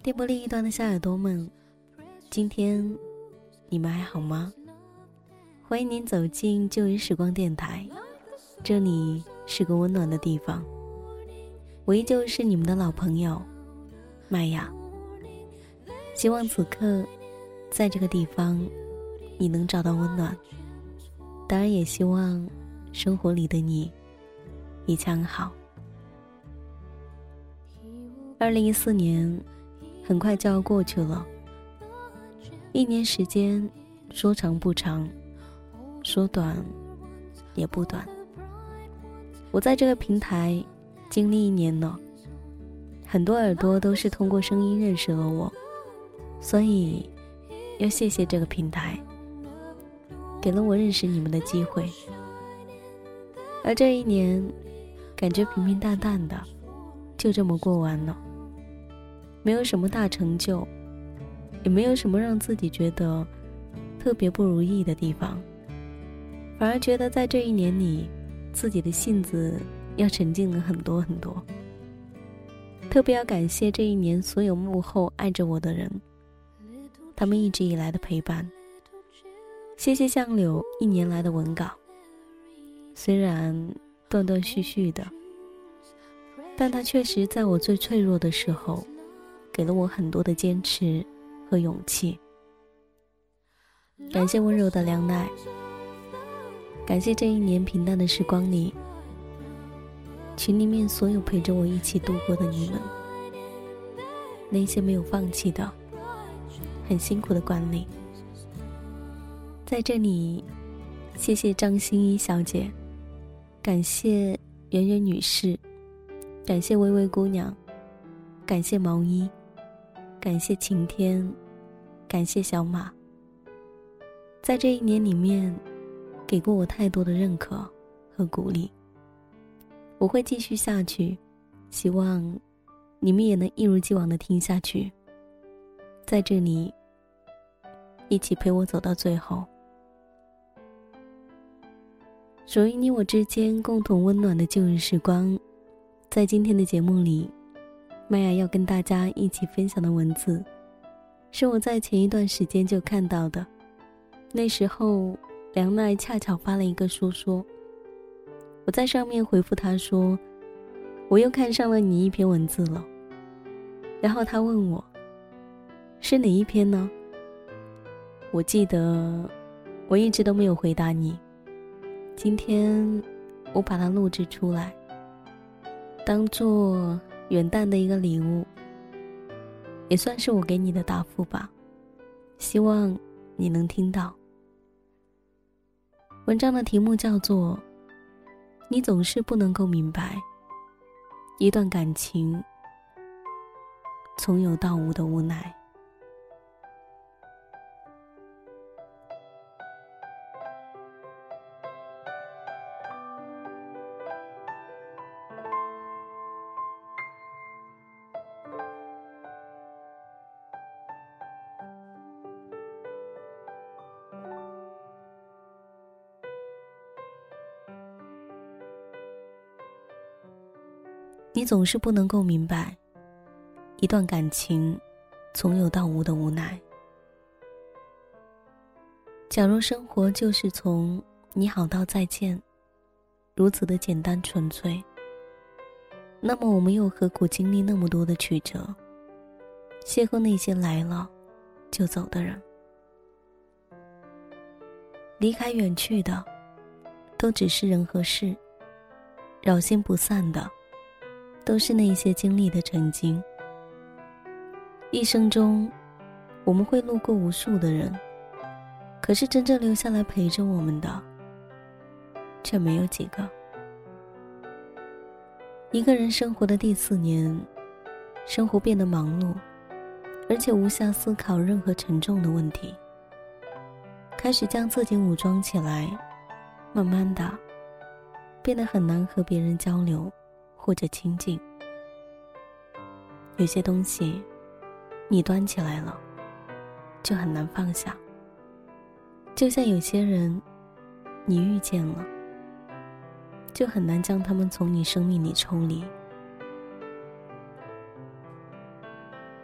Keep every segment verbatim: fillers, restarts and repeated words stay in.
电波另一端的小耳朵们，今天你们还好吗？欢迎您走进旧日时光电台，这里是个温暖的地方。我依旧是你们的老朋友麦雅，希望此刻在这个地方你能找到温暖，当然也希望生活里的你一切安好。二零一四年很快就要过去了，一年时间说长不长，说短也不短。我在这个平台经历一年了，很多耳朵都是通过声音认识了我，所以要谢谢这个平台，给了我认识你们的机会。而这一年感觉平平淡淡的就这么过完了，没有什么大成就，也没有什么让自己觉得特别不如意的地方，反而觉得在这一年里自己的性子要沉静了很多很多。特别要感谢这一年所有幕后爱着我的人，他们一直以来的陪伴。谢谢相柳一年来的文稿，虽然断断续续的，但它确实在我最脆弱的时候给了我很多的坚持和勇气。感谢温柔的凉奶，感谢这一年平淡的时光里群里面所有陪着我一起度过的你们，那些没有放弃的很辛苦的管理。在这里谢谢张欣怡小姐，感谢圆圆女士，感谢微微姑娘，感谢毛衣，感谢晴天，感谢小马。在这一年里面给过我太多的认可和鼓励，我会继续下去，希望你们也能一如既往的听下去，在这里一起陪我走到最后。属于你我之间共同温暖的旧日时光，在今天的节目里，麦雅要跟大家一起分享的文字是我在前一段时间就看到的。那时候梁奈恰巧发了一个说说，我在上面回复他说我又看上了你一篇文字了，然后他问我是哪一篇呢？我记得我一直都没有回答你，今天我把它录制出来，当做元旦的一个礼物，也算是我给你的答复吧，希望你能听到。文章的题目叫做你总是不能够明白一段感情从有到无的无奈。你总是不能够明白一段感情从有到无的无奈。假如生活就是从你好到再见如此的简单纯粹，那么我们又何苦经历那么多的曲折，邂逅那些来了就走的人。离开远去的都只是人和事，扰心不散的都是那些经历的曾经。一生中我们会路过无数的人，可是真正留下来陪着我们的却没有几个。一个人生活的第四年，生活变得忙碌，而且无暇思考任何沉重的问题，开始将自己武装起来，慢慢的变得很难和别人交流或者亲近。有些东西你端起来了就很难放下，就像有些人你遇见了就很难将他们从你生命里抽离。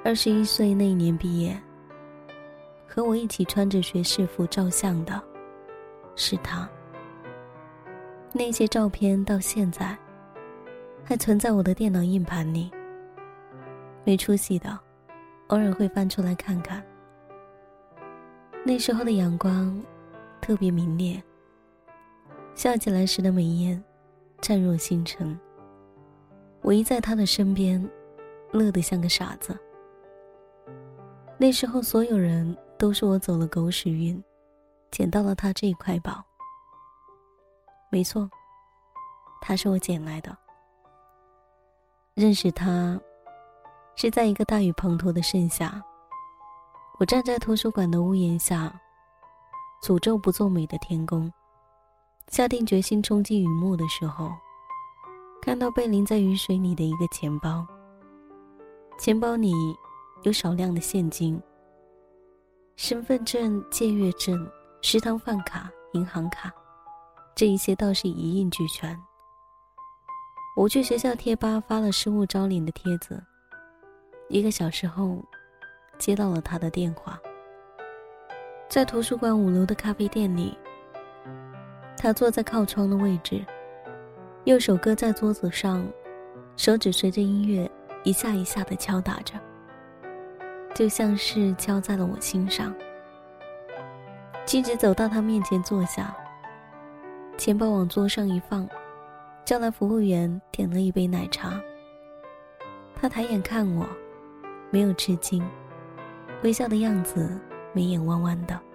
二十一岁那一年毕业，和我一起穿着学士服照相的是他。那些照片到现在还存在我的电脑硬盘里，没出息的偶尔会翻出来看看。那时候的阳光特别明烈，笑起来时的眉眼灿若星辰。我一在他的身边，乐得像个傻子。那时候所有人都说我走了狗屎运，捡到了他这一块宝。没错，他是我捡来的。认识他是在一个大雨滂沱的盛夏，我站在图书馆的屋檐下，诅咒不作美的天公，下定决心冲进雨幕的时候，看到被淋在雨水里的一个钱包。钱包里有少量的现金，身份证、借阅证、食堂饭卡、银行卡，这一些倒是一应俱全。我去学校贴吧发了失物招领的帖子，一个小时后接到了他的电话。在图书馆五楼的咖啡店里，他坐在靠窗的位置，右手搁在桌子上，手指随着音乐一下一下地敲打着，就像是敲在了我心上。径直走到他面前坐下，钱包往桌上一放，叫来服务员点了一杯奶茶。他抬眼看我，没有吃惊，微笑的样子眉眼弯弯的。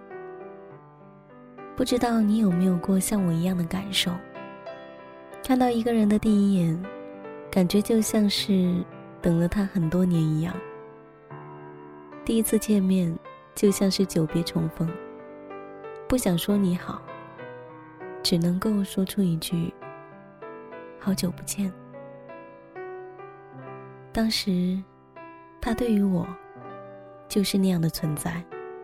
不知道你有没有过像我一样的感受，看到一个人的第一眼，感觉就像是等了他很多年一样。第一次见面就像是久别重逢，不想说你好，只能够说出一句好久不见。当时他对于我就是那样的存在，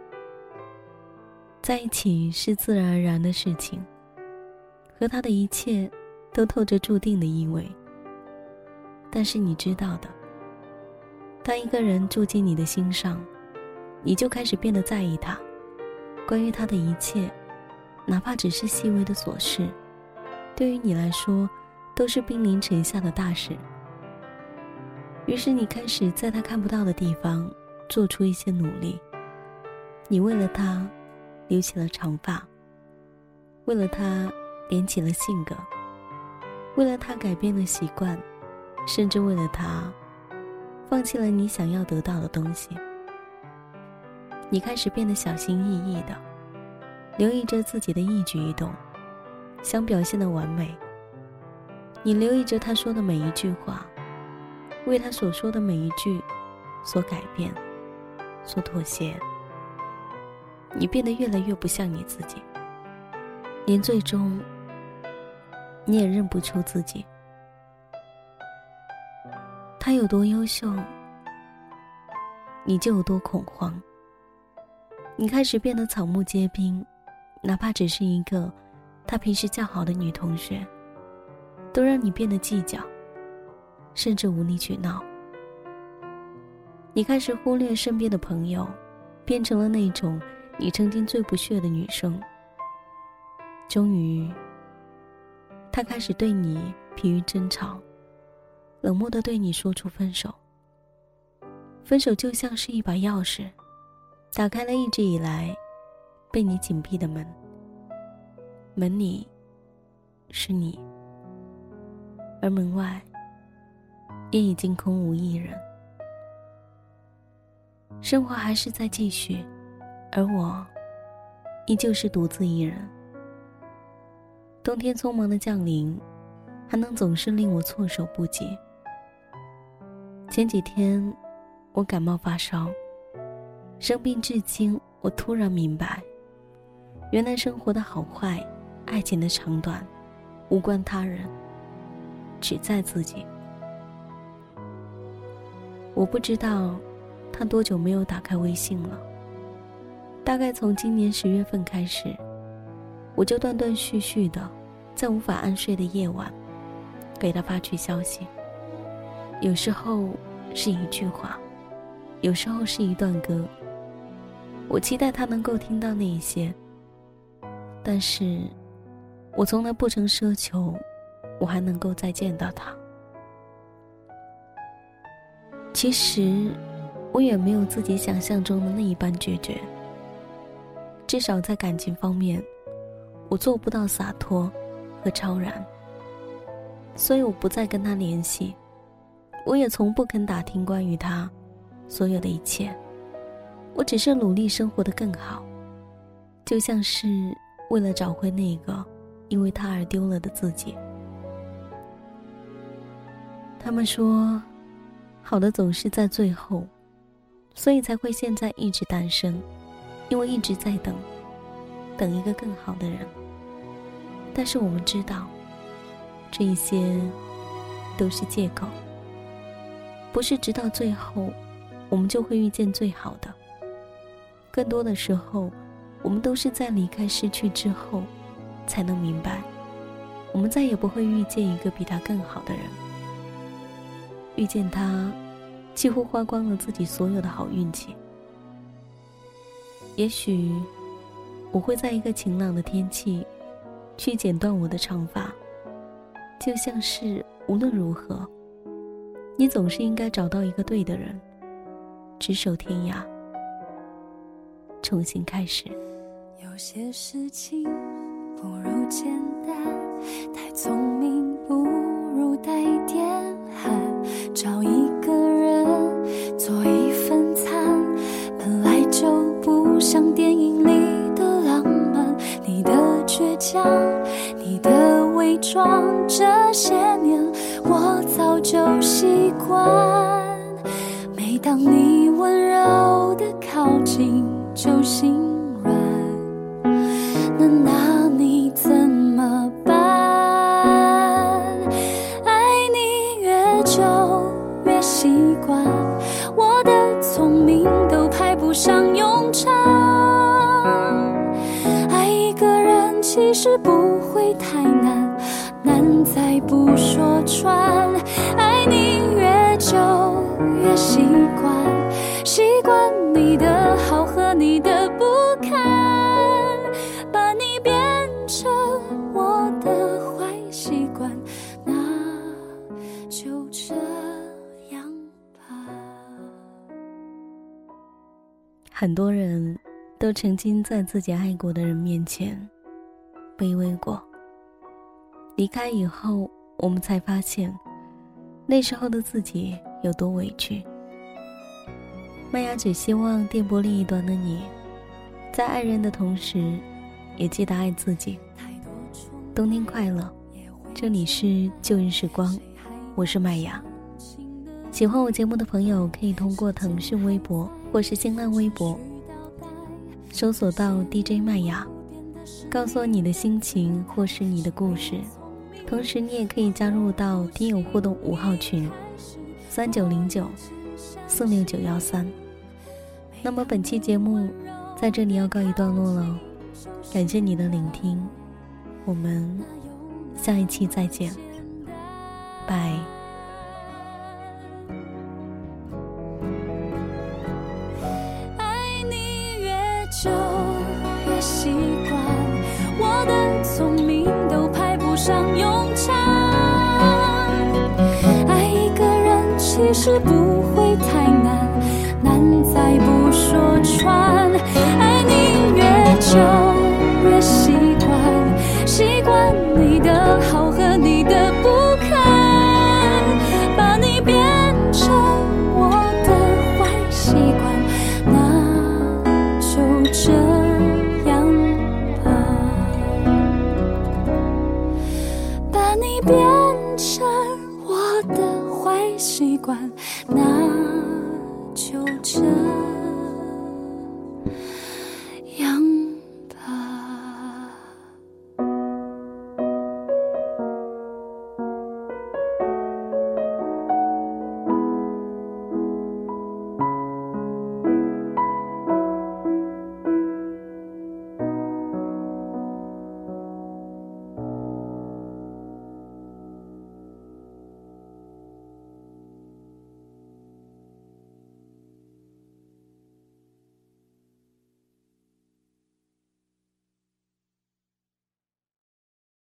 在一起是自然而然的事情，和他的一切都透着注定的意味。但是你知道的，当一个人住进你的心上，你就开始变得在意他，关于他的一切，哪怕只是细微的琐事，对于你来说都是兵临城下的大事。于是你开始在他看不到的地方做出一些努力，你为了他留起了长发，为了他连起了性格，为了他改变了习惯，甚至为了他放弃了你想要得到的东西。你开始变得小心翼翼的，留意着自己的一举一动，想表现的完美。你留意着他说的每一句话，为他所说的每一句所改变，所妥协。你变得越来越不像你自己，连最终你也认不出自己。他有多优秀，你就有多恐慌。你开始变得草木皆兵，哪怕只是一个他平时较好的女同学，都让你变得计较，甚至无理取闹。你开始忽略身边的朋友，变成了那种你曾经最不屑的女生。终于他开始对你疲于争吵，冷漠地对你说出分手。分手就像是一把钥匙，打开了一直以来被你紧闭的门，门里是你，而门外也已经空无一人。生活还是在继续，而我依旧是独自一人。冬天匆忙的降临，还能总是令我措手不及。前几天我感冒发烧，生病至今，我突然明白，原来生活的好坏，爱情的长短，无关他人，只在自己。我不知道他多久没有打开微信了，大概从今年十月份开始，我就断断续续的在无法安睡的夜晚给他发去消息，有时候是一句话， 有时候是一段歌，我期待他能够听到那一些，但是我从来不曾奢求我还能够再见到他。其实我也没有自己想象中的那一般决绝，至少在感情方面我做不到洒脱和超然，所以我不再跟他联系，我也从不肯打听关于他所有的一切，我只是努力生活得更好，就像是为了找回那个因为他而丢了的自己。他们说好的总是在最后，所以才会现在一直单身，因为一直在等等一个更好的人。但是我们知道这一些都是借口，不是直到最后我们就会遇见最好的，更多的时候我们都是在离开失去之后才能明白，我们再也不会遇见一个比他更好的人。遇见他几乎花光了自己所有的好运气。也许我会在一个晴朗的天气去剪断我的长发，就像是无论如何你总是应该找到一个对的人，只手天涯，重新开始。 有些事情不如简单，太聪明不如带点寒，找一个人做一份餐，本来就不像电影里的浪漫，你的倔强，你的伪装，这些年我早就习惯，每当你温柔的靠近就心软，那拿你怎么办？爱你越久越习惯，我的聪明都派不上用场，爱一个人其实不会太难，难在不说穿，爱你越久越习惯，习惯你的好和你的不堪，把你变成我的坏习惯，那就这样吧。 很多人都曾经在自己爱过的人面前卑微过，离开以后我们才发现那时候的自己有多委屈。麦芽只希望电波另一端的你在爱人的同时也记得爱自己。冬天快乐，这里是旧日时光，我是麦芽。喜欢我节目的朋友可以通过腾讯微博或是新浪微博搜索到 D J 麦芽，告诉我你的心情或是你的故事，同时你也可以加入到听友互动五号群三九零九四六九一三。那么本期节目在这里要告一段落了，感谢你的聆听，我们下一期再见，拜。 爱你越久越习惯，我的聪明都派不上用场，爱一个人其实不会太难，难在不说穿。